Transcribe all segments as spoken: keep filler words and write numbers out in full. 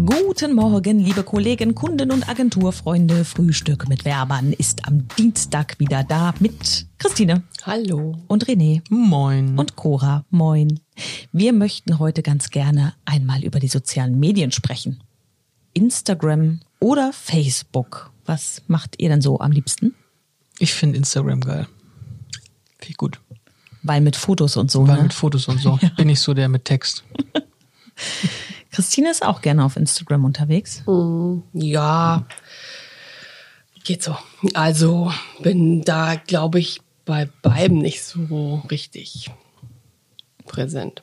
Guten Morgen, liebe Kollegen, Kunden und Agenturfreunde. Frühstück mit Werbern ist am Dienstag wieder da mit Christine. Hallo. Und René. Moin. Und Cora. Moin. Wir möchten heute ganz gerne einmal über die sozialen Medien sprechen. Instagram oder Facebook. Was macht ihr denn so am liebsten? Ich finde Instagram geil. Finde ich gut. Weil mit Fotos und so, Weil ne? mit Fotos und so. Ja. Bin ich so der mit Text. Christine ist auch gerne auf Instagram unterwegs. Mm, ja, geht so. Also bin da, glaube ich, bei beiden nicht so richtig präsent.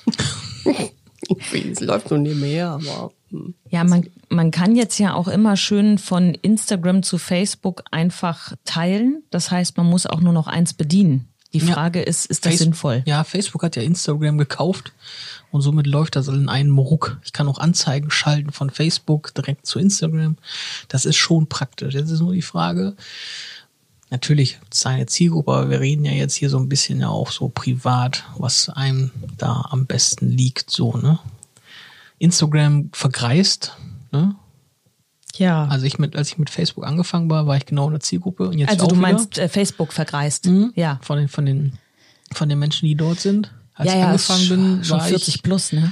Es läuft so nebenher, aber... Hm. Ja, man, man kann jetzt ja auch immer schön von Instagram zu Facebook einfach teilen. Das heißt, man muss auch nur noch eins bedienen. Die Frage ja. ist, ist das Face- sinnvoll? Ja, Facebook hat ja Instagram gekauft und somit läuft das in einen Ruck. Ich kann auch Anzeigen schalten von Facebook direkt zu Instagram. Das ist schon praktisch. Jetzt ist nur die Frage, natürlich seine Zielgruppe, aber wir reden ja jetzt hier so ein bisschen ja auch so privat, was einem da am besten liegt, so, ne? Instagram vergreist, ne? Ja. Also ich mit, als ich mit Facebook angefangen war, war ich genau in der Zielgruppe. Und jetzt also auch du wieder. meinst äh, Facebook vergreist? Mhm. Ja. Von den, von den, von den Menschen, die dort sind. Als ja, ich ja, angefangen bin, schon war vierzig ich, plus, ne?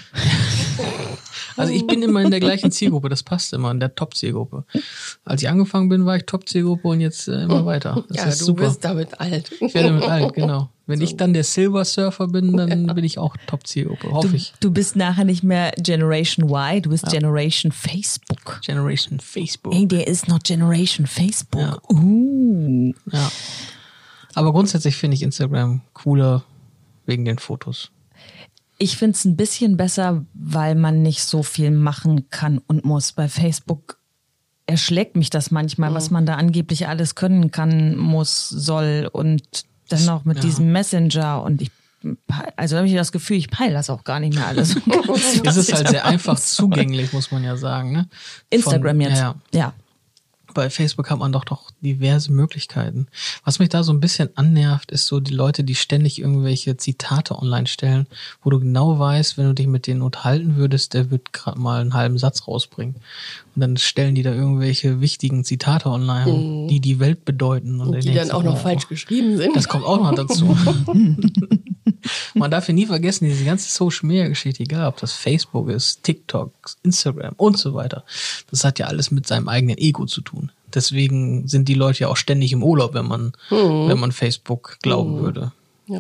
also ich bin immer in der gleichen Zielgruppe, das passt immer, in der Top-Zielgruppe. Als ich angefangen bin, war ich Top-Zielgruppe und jetzt äh, immer weiter. Das ja, ist du super. bist damit alt. Ich werde damit alt, genau. Wenn So. ich dann der Silver-Surfer bin, dann bin ich auch Top-Zielgruppe, hoffe Du, ich. du bist nachher nicht mehr Generation Y, du bist ja. Generation Facebook. Generation Facebook. Hey, der ist noch Generation Facebook. Ja. Uh. Ja. Aber grundsätzlich finde ich Instagram cooler wegen den Fotos. Ich finde es ein bisschen besser, weil man nicht so viel machen kann und muss. Bei Facebook erschlägt mich das manchmal, mhm. was man da angeblich alles können kann, muss, soll und dann noch mit ja. diesem Messenger und ich, also habe ich das Gefühl, ich peile das auch gar nicht mehr alles. Es ist halt sehr einfach zugänglich, muss man ja sagen. Ne? Instagram Von, jetzt, ja. ja. Bei Facebook hat man doch doch diverse Möglichkeiten. Was mich da so ein bisschen annervt, ist so die Leute, die ständig irgendwelche Zitate online stellen, wo du genau weißt, wenn du dich mit denen unterhalten würdest, der wird gerade mal einen halben Satz rausbringen. Und dann stellen die da irgendwelche wichtigen Zitate online, mhm. die die Welt bedeuten. Und, und die dann auch noch oh, falsch geschrieben sind. Das kommt auch noch dazu. Man darf ja nie vergessen, diese ganze Social-Media-Geschichte, egal ob das Facebook ist, TikTok, Instagram und so weiter, das hat ja alles mit seinem eigenen Ego zu tun. Deswegen sind die Leute ja auch ständig im Urlaub, wenn man, mhm. wenn man Facebook glauben mhm. würde. Ja.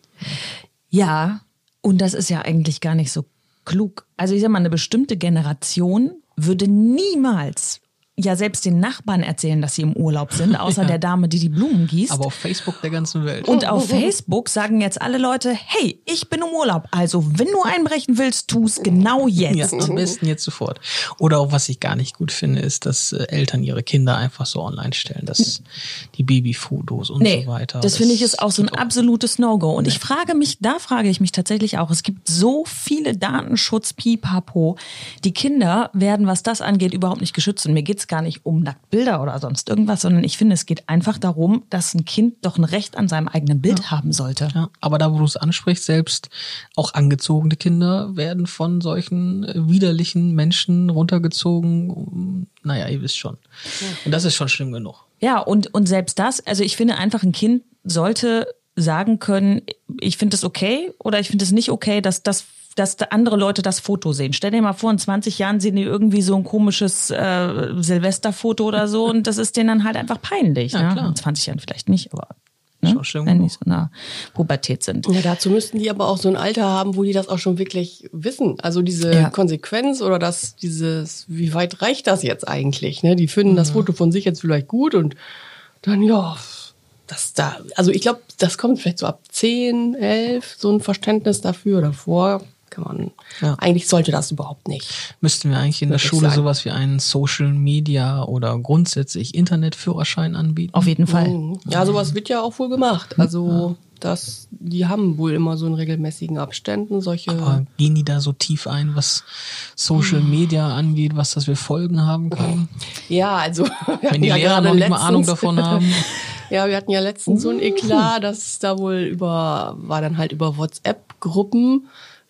Ja, und das ist ja eigentlich gar nicht so klug. Also ich sag mal, eine bestimmte Generation würde niemals ja selbst den Nachbarn erzählen, dass sie im Urlaub sind, außer ja. der Dame, die die Blumen gießt. Aber auf Facebook der ganzen Welt. Und auf Facebook sagen jetzt alle Leute, hey, ich bin im Urlaub. Also wenn du einbrechen willst, tu's genau jetzt. Ja, am besten jetzt sofort. Oder auch, was ich gar nicht gut finde, ist, dass äh, Eltern ihre Kinder einfach so online stellen, dass die Babyfotos und nee, so weiter. Das, das finde ich ist auch so ein auch. absolutes No-Go. Und nee. ich frage mich, da frage ich mich tatsächlich auch, es gibt so viele Datenschutz-Pipapo. Die Kinder werden, was das angeht, überhaupt nicht geschützt. Und mir geht's gar nicht um Nacktbilder oder sonst irgendwas, sondern ich finde, es geht einfach darum, dass ein Kind doch ein Recht an seinem eigenen Bild ja. haben sollte. Ja, aber da, wo du es ansprichst, selbst auch angezogene Kinder werden von solchen widerlichen Menschen runtergezogen. Naja, ihr wisst schon. Ja. Und das ist schon schlimm genug. Ja, und, und selbst das, also ich finde einfach, ein Kind sollte sagen können, ich finde es okay oder ich finde es nicht okay, dass das dass andere Leute das Foto sehen. Stell dir mal vor, in zwanzig Jahren sehen die irgendwie so ein komisches äh, Silvesterfoto oder so und das ist denen dann halt einfach peinlich. Ja, ne? klar. In zwanzig Jahren vielleicht nicht, aber ne? Schon schlimm wenn die genug. so in der Pubertät sind. Ja, dazu müssten die aber auch so ein Alter haben, wo die das auch schon wirklich wissen. Also diese Ja. Konsequenz oder das, dieses, wie weit reicht das jetzt eigentlich? Ne? Die finden mhm. das Foto von sich jetzt vielleicht gut und dann, ja, das da, also ich glaube, das kommt vielleicht so ab zehn, elf, so ein Verständnis dafür. Davor kann man, ja. eigentlich sollte das überhaupt nicht. Müssten wir eigentlich in der Schule sein. Sowas wie einen Social Media oder grundsätzlich Internetführerschein anbieten? Auf jeden Fall. Mhm. Ja, sowas wird ja auch wohl gemacht. Also, ja. das, die haben wohl immer so in regelmäßigen Abständen solche. Aber gehen die da so tief ein, was Social Media angeht, was das für Folgen haben kann? Ja, also. Wenn die ja Lehrer noch nicht mal Ahnung davon haben. Ja, wir hatten ja letztens so ein Eklat, dass da wohl über, war dann halt über WhatsApp-Gruppen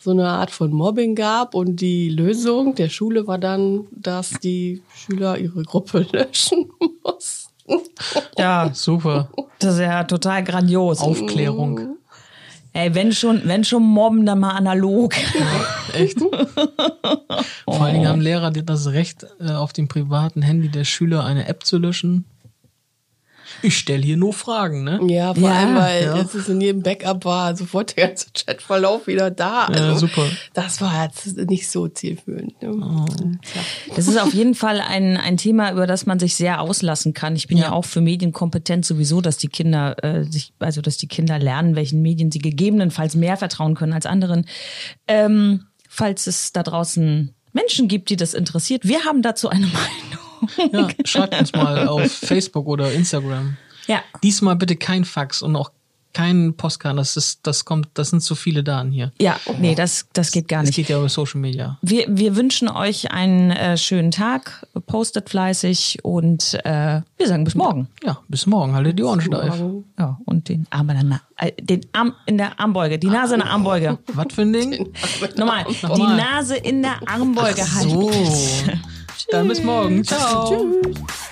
so eine Art von Mobbing gab und die Lösung der Schule war dann, dass die Schüler ihre Gruppe löschen mussten. Ja, Super. das ist ja total grandios. Aufklärung. Ey, wenn schon, wenn schon mobben, dann mal analog. Echt? Vor allen Dingen haben Lehrer das Recht, äh, auf dem privaten Handy der Schüler eine App zu löschen. Ich stelle hier nur Fragen, ne? Ja, vor Ja, allem, weil ja. jetzt ist in jedem Backup war sofort der ganze Chatverlauf wieder da. Also, Ja, super. Das war jetzt nicht so zielführend. Ne? Oh. Tja. Das ist auf jeden Fall ein, ein Thema, über das man sich sehr auslassen kann. Ich bin ja, Ja. auch für Medienkompetenz sowieso, dass die Kinder äh, sich, also dass die Kinder lernen, welchen Medien sie gegebenenfalls mehr vertrauen können als anderen. Ähm, falls es da draußen Menschen gibt, die das interessiert, wir haben dazu eine Meinung. Ja, schreibt uns mal auf Facebook oder Instagram. Ja. Diesmal bitte kein Fax und auch kein Postcard. Das ist, das kommt, das sind zu viele Daten hier. Ja, nee, das, das geht gar Es nicht. geht ja über Social Media. Wir, wir wünschen euch einen äh, schönen Tag, postet fleißig und äh, wir sagen bis morgen. Ja, bis morgen. Haltet die Ohren steif. Ja, und den Arm in der, Na äh, den Arm in der Armbeuge, die Nase in der Armbeuge. Was für ein Ding? Nochmal, die Nochmal. Nase in der Armbeuge halten. So. Dann bis morgen. Ciao. Tschüss.